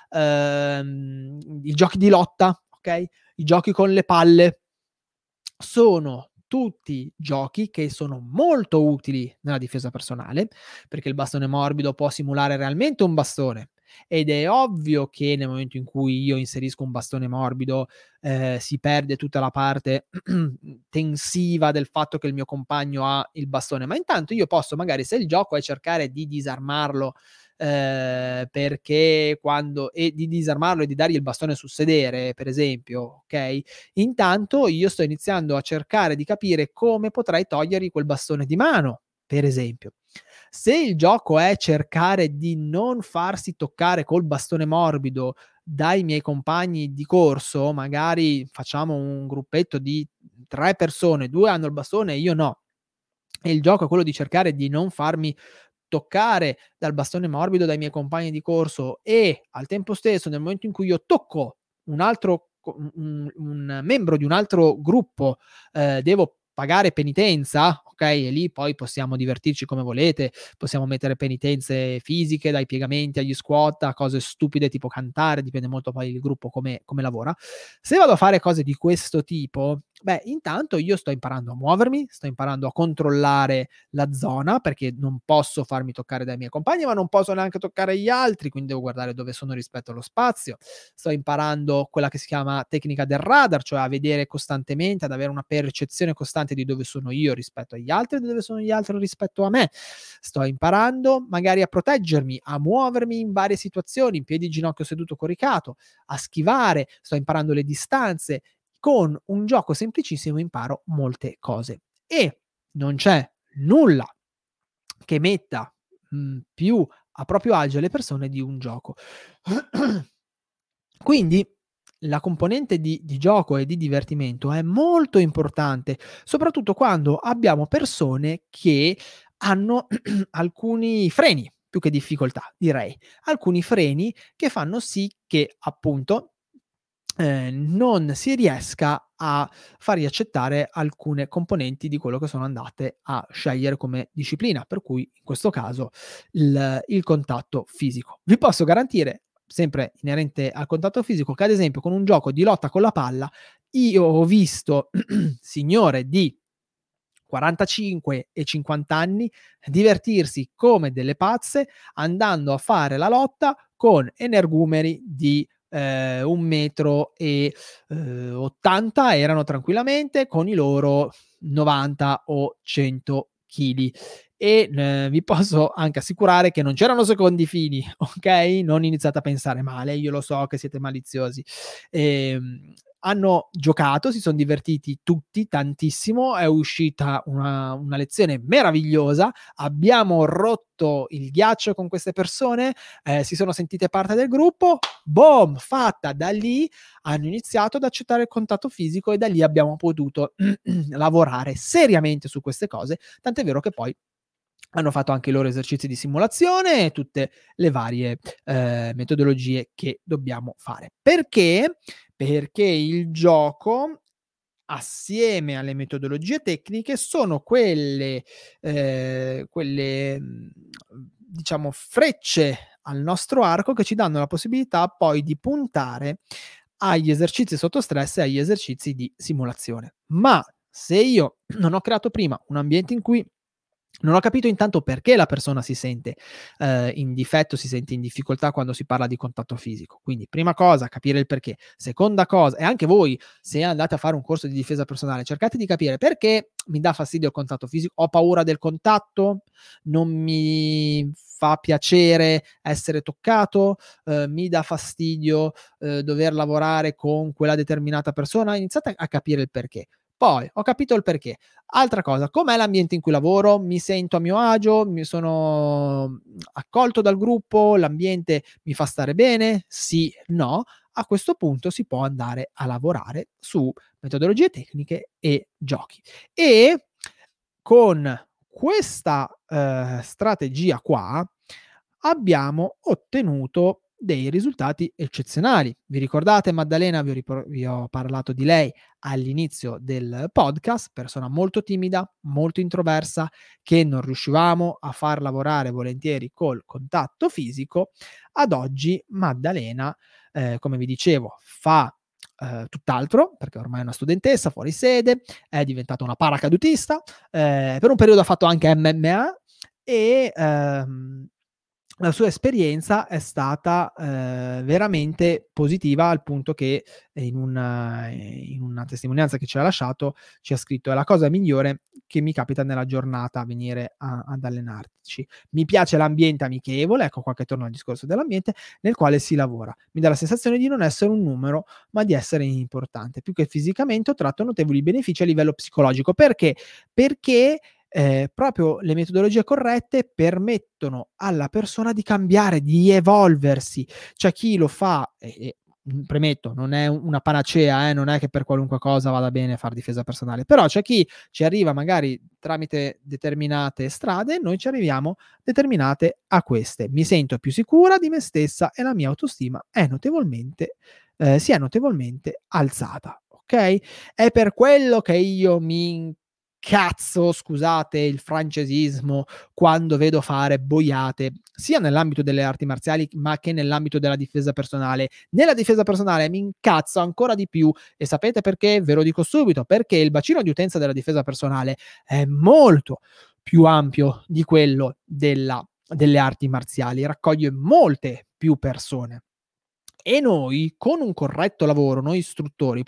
i giochi di lotta, okay, i giochi con le palle. Sono tutti giochi che sono molto utili nella difesa personale, perché il bastone morbido può simulare realmente un bastone ed è ovvio che nel momento in cui io inserisco un bastone morbido, si perde tutta la parte tensiva del fatto che il mio compagno ha il bastone, ma intanto io posso magari, se il gioco è cercare di disarmarlo, perché quando e di disarmarlo e di dargli il bastone sul sedere, per esempio, okay, intanto io sto iniziando a cercare di capire come potrei togliergli quel bastone di mano, per esempio. Se il gioco è cercare di non farsi toccare col bastone morbido dai miei compagni di corso, magari facciamo un gruppetto di 3 persone, 2 hanno il bastone e io no, e il gioco è quello di cercare di non farmi toccare dal bastone morbido dai miei compagni di corso e al tempo stesso nel momento in cui io tocco un altro un membro di un altro gruppo, devo pagare penitenza, ok? E lì poi possiamo divertirci come volete, possiamo mettere penitenze fisiche, dai piegamenti agli squat, a cose stupide tipo cantare, dipende molto poi il gruppo come lavora. Se vado a fare cose di questo tipo, beh, intanto io sto imparando a muovermi, sto imparando a controllare la zona, perché non posso farmi toccare dai miei compagni, ma non posso neanche toccare gli altri, quindi devo guardare dove sono rispetto allo spazio. Sto imparando quella che si chiama tecnica del radar, cioè a vedere costantemente, ad avere una percezione costante di dove sono io rispetto agli altri e di dove sono gli altri rispetto a me. Sto imparando magari a proteggermi, a muovermi in varie situazioni, in piedi, ginocchio seduto coricato, a schivare, sto imparando le distanze. Con un gioco semplicissimo imparo molte cose e non c'è nulla che metta più a proprio agio le persone di un gioco. Quindi la componente di gioco e di divertimento è molto importante, soprattutto quando abbiamo persone che hanno alcuni freni, più che difficoltà direi, alcuni freni che fanno sì che appunto non si riesca a fargli accettare alcune componenti di quello che sono andate a scegliere come disciplina, per cui in questo caso il contatto fisico. Vi posso garantire, sempre inerente al contatto fisico, che ad esempio con un gioco di lotta con la palla io ho visto signore di 45 e 50 anni divertirsi come delle pazze andando a fare la lotta con energumeni di 1 metro e 80 erano tranquillamente con i loro 90 o 100 chili e vi posso anche assicurare che non c'erano secondi fini, ok? Non iniziate a pensare male, io lo so che siete maliziosi. Hanno giocato, si son divertiti tutti tantissimo, è uscita una lezione meravigliosa, abbiamo rotto il ghiaccio con queste persone, si sono sentite parte del gruppo, boom, fatta. Da lì hanno iniziato ad accettare il contatto fisico e da lì abbiamo potuto lavorare seriamente su queste cose, tant'è vero che poi hanno fatto anche i loro esercizi di simulazione e tutte le varie metodologie che dobbiamo fare. Perché? Perché il gioco, assieme alle metodologie tecniche, sono quelle diciamo frecce al nostro arco che ci danno la possibilità poi di puntare agli esercizi sotto stress e agli esercizi di simulazione. Ma se io non ho creato prima un ambiente in cui non ho capito intanto perché la persona si sente in difetto, si sente in difficoltà quando si parla di contatto fisico. Quindi prima cosa, capire il perché. Seconda cosa, e anche voi se andate a fare un corso di difesa personale, cercate di capire perché mi dà fastidio il contatto fisico, ho paura del contatto, non mi fa piacere essere toccato, mi dà fastidio dover lavorare con quella determinata persona. Iniziate a capire il perché. Poi ho capito il perché. Altra cosa, com'è l'ambiente in cui lavoro? Mi sento a mio agio? Mi sono accolto dal gruppo? L'ambiente mi fa stare bene? Sì, no? A questo punto si può andare a lavorare su metodologie tecniche e giochi. E con questa strategia qua abbiamo ottenuto dei risultati eccezionali. Vi ricordate Maddalena? Vi ho parlato di lei all'inizio del podcast, persona molto timida, molto introversa, che non riuscivamo a far lavorare volentieri col contatto fisico. Ad oggi Maddalena, come vi dicevo, fa tutt'altro, perché ormai è una studentessa fuori sede, è diventata una paracadutista, per un periodo ha fatto anche MMA e la sua esperienza è stata veramente positiva al punto che in una testimonianza che ci ha lasciato ci ha scritto: "È la cosa migliore che mi capita nella giornata venire ad allenarci. Mi piace l'ambiente amichevole", ecco qua che torno al discorso dell'ambiente, "nel quale si lavora. Mi dà la sensazione di non essere un numero, ma di essere importante. Più che fisicamente ho tratto notevoli benefici a livello psicologico". Perché? Perché proprio le metodologie corrette permettono alla persona di cambiare, di evolversi. C'è chi lo fa premetto, non è una panacea, non è che per qualunque cosa vada bene far difesa personale, però c'è chi ci arriva magari tramite determinate strade, noi ci arriviamo determinate a queste. Mi sento più sicura di me stessa e la mia autostima è notevolmente si è notevolmente alzata, okay? È per quello che io mi incazzo, scusate il francesismo, quando vedo fare boiate, sia nell'ambito delle arti marziali, ma che nell'ambito della difesa personale. Nella difesa personale mi incazzo ancora di più e sapete perché? Ve lo dico subito, perché il bacino di utenza della difesa personale è molto più ampio di quello delle arti marziali, raccoglie molte più persone. E noi, con un corretto lavoro, noi istruttori,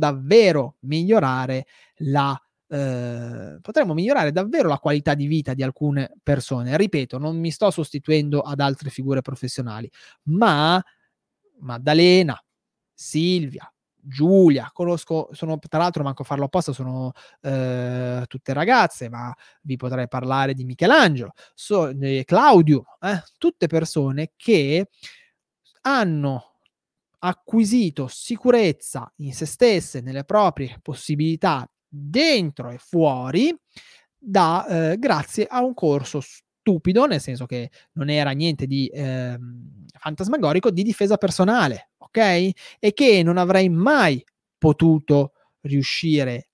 potremmo migliorare davvero la qualità di vita di alcune persone. Ripeto, non mi sto sostituendo ad altre figure professionali, ma Maddalena, Silvia, Giulia, sono tra l'altro manco a farlo apposta, sono tutte ragazze, ma vi potrei parlare di Michelangelo, Claudio, tutte persone che hanno acquisito sicurezza in se stesse, nelle proprie possibilità dentro e fuori grazie a un corso stupido, nel senso che non era niente di fantasmagorico, di difesa personale, okay, e che non avrei mai potuto riuscire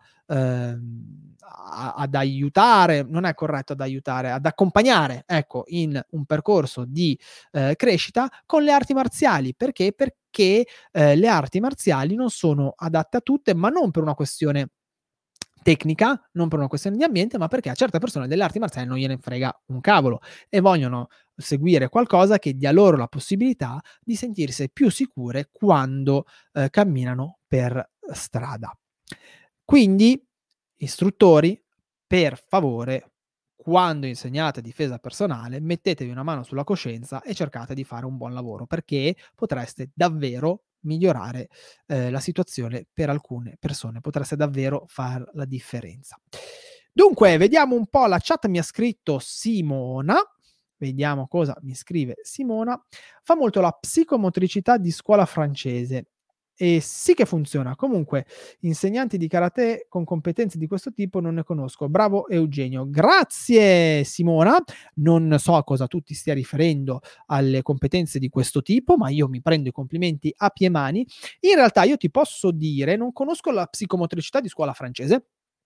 ad aiutare, non è corretto ad aiutare, ad accompagnare, ecco, in un percorso di crescita con le arti marziali. Perché? Perché le arti marziali non sono adatte a tutte, ma non per una questione tecnica, non per una questione di ambiente, ma perché a certe persone delle arti marziali non gliene frega un cavolo e vogliono seguire qualcosa che dia loro la possibilità di sentirsi più sicure quando camminano per strada. Quindi, istruttori, per favore, quando insegnate difesa personale, mettetevi una mano sulla coscienza e cercate di fare un buon lavoro, perché potreste davvero migliorare la situazione per alcune persone, potreste davvero far la differenza. Dunque, vediamo un po', la chat mi ha scritto Simona, vediamo cosa mi scrive Simona. Fa molto la psicomotricità di scuola francese. E sì che funziona. Comunque, insegnanti di karate con competenze di questo tipo non ne conosco. Bravo Eugenio. Grazie Simona. Non so a cosa tu ti stia riferendo alle competenze di questo tipo, ma io mi prendo i complimenti a pie mani. In realtà io ti posso dire, non conosco la psicomotricità di scuola francese.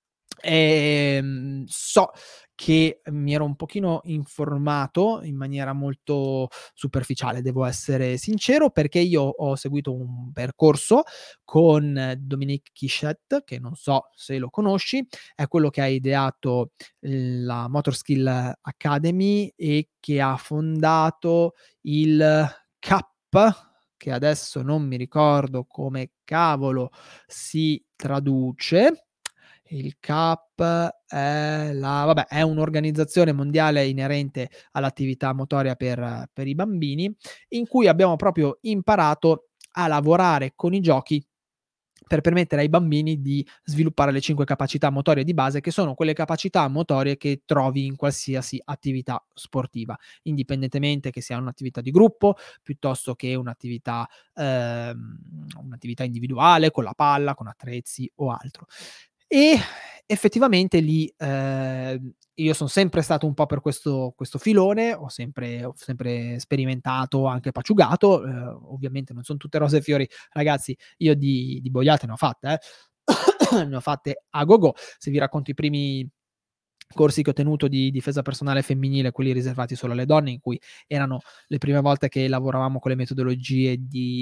So che mi ero un pochino informato in maniera molto superficiale, devo essere sincero, perché io ho seguito un percorso con Dominique Quichette, che non so se lo conosci, è quello che ha ideato la Motor Skill Academy e che ha fondato il CAP, che adesso non mi ricordo come cavolo si traduce. Il CAP è un'organizzazione mondiale inerente all'attività motoria per i bambini, in cui abbiamo proprio imparato a lavorare con i giochi per permettere ai bambini di sviluppare le 5 capacità motorie di base, che sono quelle capacità motorie che trovi in qualsiasi attività sportiva, indipendentemente che sia un'attività di gruppo, piuttosto che un'attività individuale, con la palla, con attrezzi o altro. E effettivamente lì, io son sempre stato un po' per questo filone, ho sempre sperimentato, anche paciugato, ovviamente non son tutte rose e fiori. Ragazzi, io di boiate ne ho fatte, ne ho fatte a gogo. Se vi racconto i primi corsi che ho tenuto di difesa personale femminile, quelli riservati solo alle donne, in cui erano le prime volte che lavoravamo con le metodologie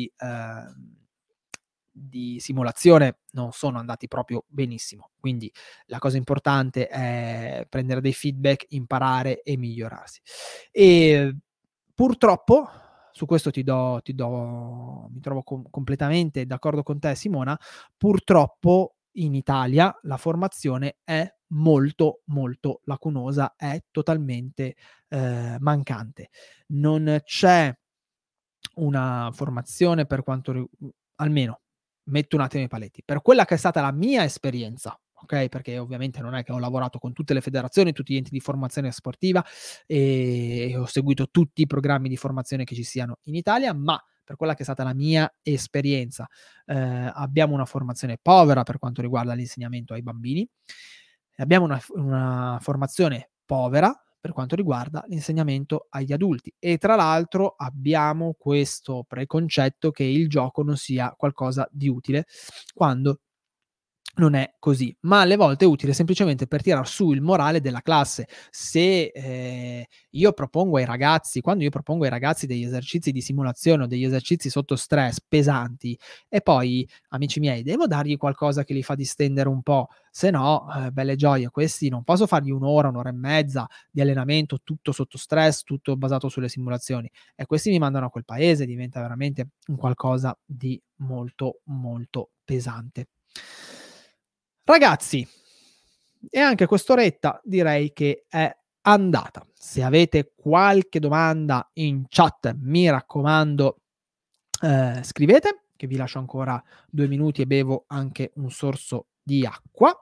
di simulazione, non sono andati proprio benissimo. Quindi la cosa importante è prendere dei feedback, imparare e migliorarsi. E purtroppo, su questo mi trovo completamente d'accordo con te Simona, purtroppo in Italia la formazione è molto, molto lacunosa, è totalmente mancante. Non c'è una formazione per quanto almeno metto un attimo i paletti. Per quella che è stata la mia esperienza, okay, perché ovviamente non è che ho lavorato con tutte le federazioni, tutti gli enti di formazione sportiva, e ho seguito tutti i programmi di formazione che ci siano in Italia, ma per quella che è stata la mia esperienza, abbiamo una formazione povera per quanto riguarda l'insegnamento ai bambini, e abbiamo una formazione povera per quanto riguarda l'insegnamento agli adulti, e tra l'altro abbiamo questo preconcetto che il gioco non sia qualcosa di utile, quando non è così, ma alle volte è utile semplicemente per tirar su il morale della classe. Se io propongo ai ragazzi quando io propongo ai ragazzi degli esercizi di simulazione o degli esercizi sotto stress pesanti e poi, amici miei, devo dargli qualcosa che li fa distendere un po', se no, belle gioie, questi non posso fargli 1 ora, 1 ora e mezza di allenamento tutto sotto stress, tutto basato sulle simulazioni e questi mi mandano a quel paese, diventa veramente un qualcosa di molto, molto pesante. Ragazzi, e anche quest'oretta direi che è andata. Se avete qualche domanda in chat, mi raccomando, scrivete, che vi lascio ancora 2 minuti e bevo anche un sorso di acqua.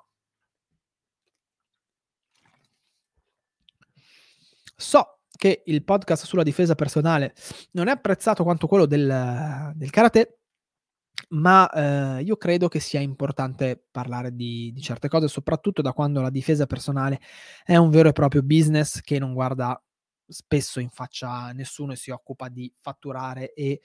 So che il podcast sulla difesa personale non è apprezzato quanto quello del karate, ma, io credo che sia importante parlare di certe cose, soprattutto da quando la difesa personale è un vero e proprio business che non guarda spesso in faccia a nessuno e si occupa di fatturare e,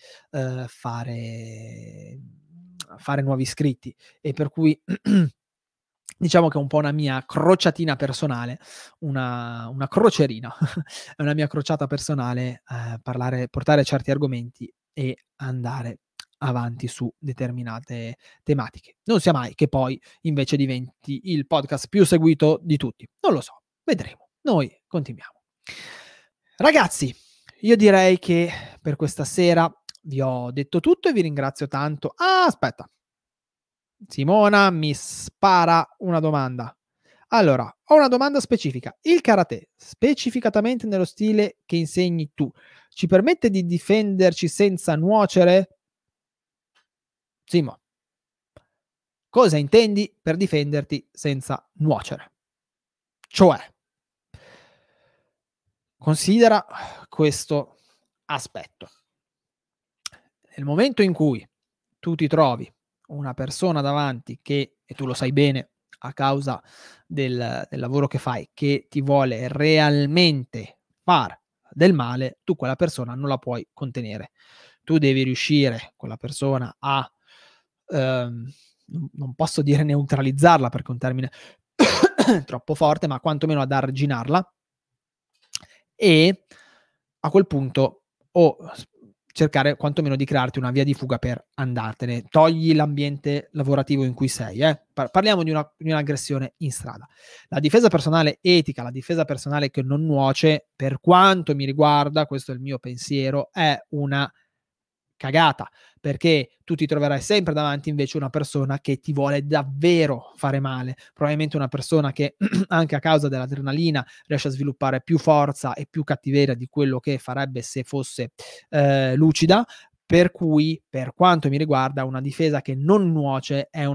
fare nuovi iscritti. E per cui diciamo che è un po' una mia crociatina personale, una crocerina, è una mia crociata personale, portare certi argomenti e andare avanti su determinate tematiche. Non sia mai che poi invece diventi il podcast più seguito di tutti. Non lo so, vedremo. Noi continuiamo. Ragazzi, io direi che per questa sera vi ho detto tutto e vi ringrazio tanto. Ah, aspetta. Simona mi spara una domanda. Allora, ho una domanda specifica. Il karate, specificatamente nello stile che insegni tu, ci permette di difenderci senza nuocere? Simo, cosa intendi per difenderti senza nuocere? Cioè, considera questo aspetto. Nel momento in cui tu ti trovi una persona davanti che, e tu lo sai bene a causa del lavoro che fai, che ti vuole realmente far del male, tu quella persona non la puoi contenere. Tu devi riuscire quella persona a, non posso dire neutralizzarla perché è un termine troppo forte, ma quantomeno ad arginarla e a quel punto o cercare quantomeno di crearti una via di fuga per andartene. Togli l'ambiente lavorativo in cui sei, parliamo di un'aggressione in strada. La difesa personale etica, la difesa personale che non nuoce, per quanto mi riguarda, questo è il mio pensiero, è una cagata, perché tu ti troverai sempre davanti invece una persona che ti vuole davvero fare male, probabilmente una persona che anche a causa dell'adrenalina riesce a sviluppare più forza e più cattiveria di quello che farebbe se fosse lucida, per cui per quanto mi riguarda una difesa che non nuoce è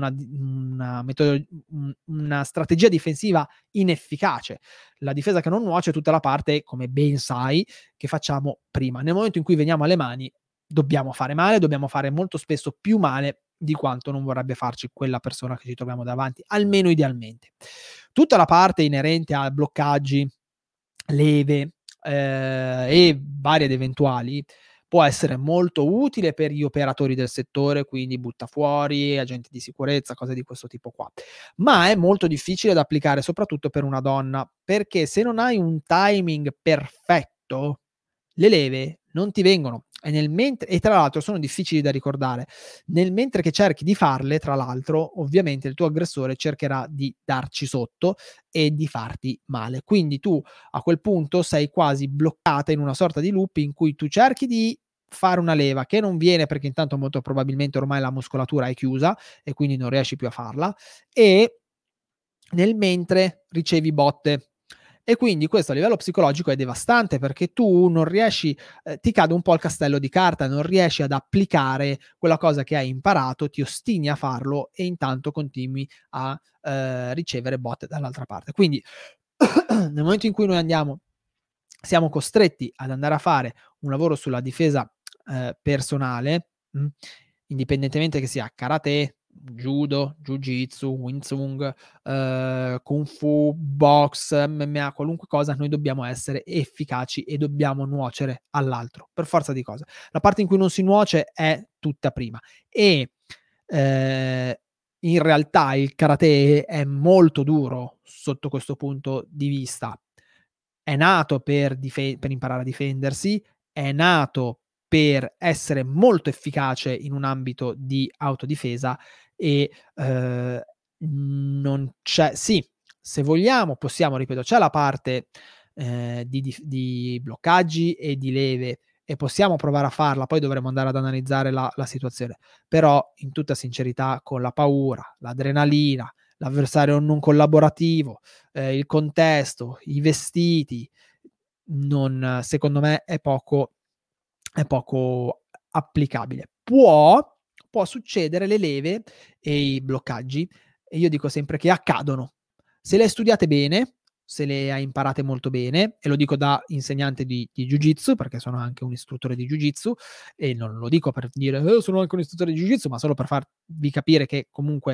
una strategia difensiva inefficace. La difesa che non nuoce è tutta la parte, come ben sai, che facciamo prima. Nel momento in cui veniamo alle mani dobbiamo fare male, dobbiamo fare molto spesso più male di quanto non vorrebbe farci quella persona che ci troviamo davanti, almeno idealmente. Tutta la parte inerente a bloccaggi, leve e varie ed eventuali può essere molto utile per gli operatori del settore, quindi buttafuori, agenti di sicurezza, cose di questo tipo qua. Ma è molto difficile da applicare, soprattutto per una donna, perché se non hai un timing perfetto, le leve non ti vengono e tra l'altro sono difficili da ricordare. Nel mentre che cerchi di farle, tra l'altro, ovviamente il tuo aggressore cercherà di darci sotto e di farti male. Quindi tu a quel punto sei quasi bloccata in una sorta di loop in cui tu cerchi di fare una leva che non viene perché intanto molto probabilmente ormai la muscolatura è chiusa e quindi non riesci più a farla e nel mentre ricevi botte. E quindi questo a livello psicologico è devastante perché tu non riesci, ti cade un po' il castello di carta, non riesci ad applicare quella cosa che hai imparato, ti ostini a farlo e intanto continui a ricevere botte dall'altra parte. Quindi nel momento in cui noi siamo costretti ad andare a fare un lavoro sulla difesa personale, indipendentemente che sia karate, judo, jiu-jitsu, Wing Chun, kung fu, box, MMA, qualunque cosa, noi dobbiamo essere efficaci e dobbiamo nuocere all'altro, per forza di cose. La parte in cui non si nuoce è tutta prima e, ehm in realtà il karate è molto duro sotto questo punto di vista. È nato per imparare a difendersi, è nato per essere molto efficace in un ambito di autodifesa e, non c'è sì, se vogliamo possiamo, ripeto, c'è la parte, di bloccaggi e di leve e possiamo provare a farla, poi dovremo andare ad analizzare la situazione. Però, in tutta sincerità, con la paura, l'adrenalina, l'avversario non collaborativo, il contesto, i vestiti, non secondo me è poco applicabile. Può succedere le leve e i bloccaggi, e io dico sempre che accadono. Se le hai studiate bene, se le hai imparate molto bene, e lo dico da insegnante di Jiu-Jitsu, perché sono anche un istruttore di Jiu-Jitsu, e non lo dico per dire: sono anche un istruttore di Jiu-Jitsu", ma solo per farvi capire che comunque,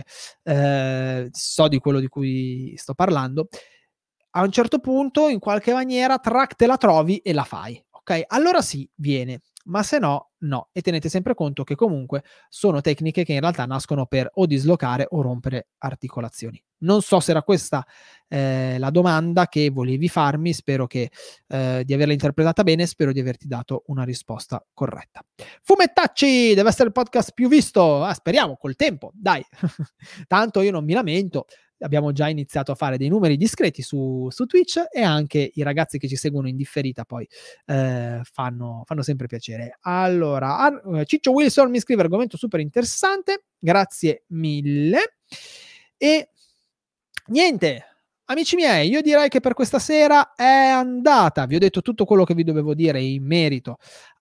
so di quello di cui sto parlando. A un certo punto, in qualche maniera, te la trovi e la fai, okay? Allora sì, viene, ma se no, no. E tenete sempre conto che comunque sono tecniche che in realtà nascono per o dislocare o rompere articolazioni. Non so se era questa, la domanda che volevi farmi, spero che di averla interpretata bene, spero di averti dato una risposta corretta. Fumettacci, deve essere il podcast più visto, speriamo col tempo, dai. Tanto io non mi lamento, abbiamo già iniziato a fare dei numeri discreti su Twitch e anche i ragazzi che ci seguono in differita poi fanno sempre piacere. Allora, Ciccio Wilson mi scrive: argomento super interessante, grazie mille. E niente, amici miei, io direi che per questa sera è andata. Vi ho detto tutto quello che vi dovevo dire in merito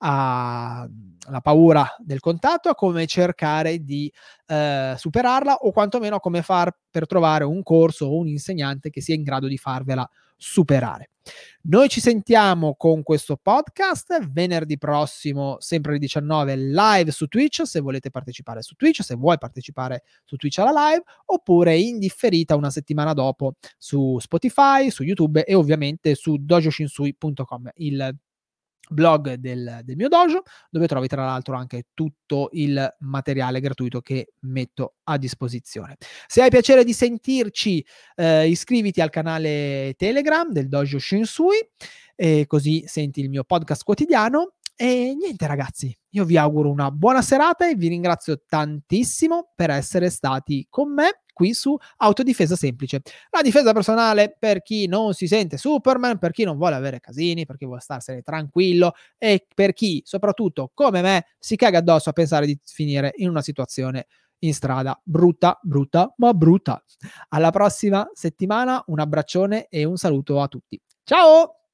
alla paura del contatto, a come cercare di superarla, o quantomeno a come far per trovare un corso o un insegnante che sia in grado di farvela superare. Noi ci sentiamo con questo podcast venerdì prossimo, sempre alle 19, live su Twitch, se volete partecipare su Twitch, se vuoi partecipare su Twitch alla live, oppure in differita una settimana dopo su Spotify, su YouTube e ovviamente su dojoshinsui.com, il blog del mio dojo, dove trovi tra l'altro anche tutto il materiale gratuito che metto a disposizione. Se hai piacere di sentirci, iscriviti al canale Telegram del Dojo Shinsui, e così senti il mio podcast quotidiano. E niente ragazzi, io vi auguro una buona serata e vi ringrazio tantissimo per essere stati con me qui su Autodifesa Semplice. La difesa personale per chi non si sente Superman, per chi non vuole avere casini, per chi vuole starsene tranquillo e per chi, soprattutto come me, si caga addosso a pensare di finire in una situazione in strada brutta, ma brutta. Alla prossima settimana, un abbraccione e un saluto a tutti. Ciao!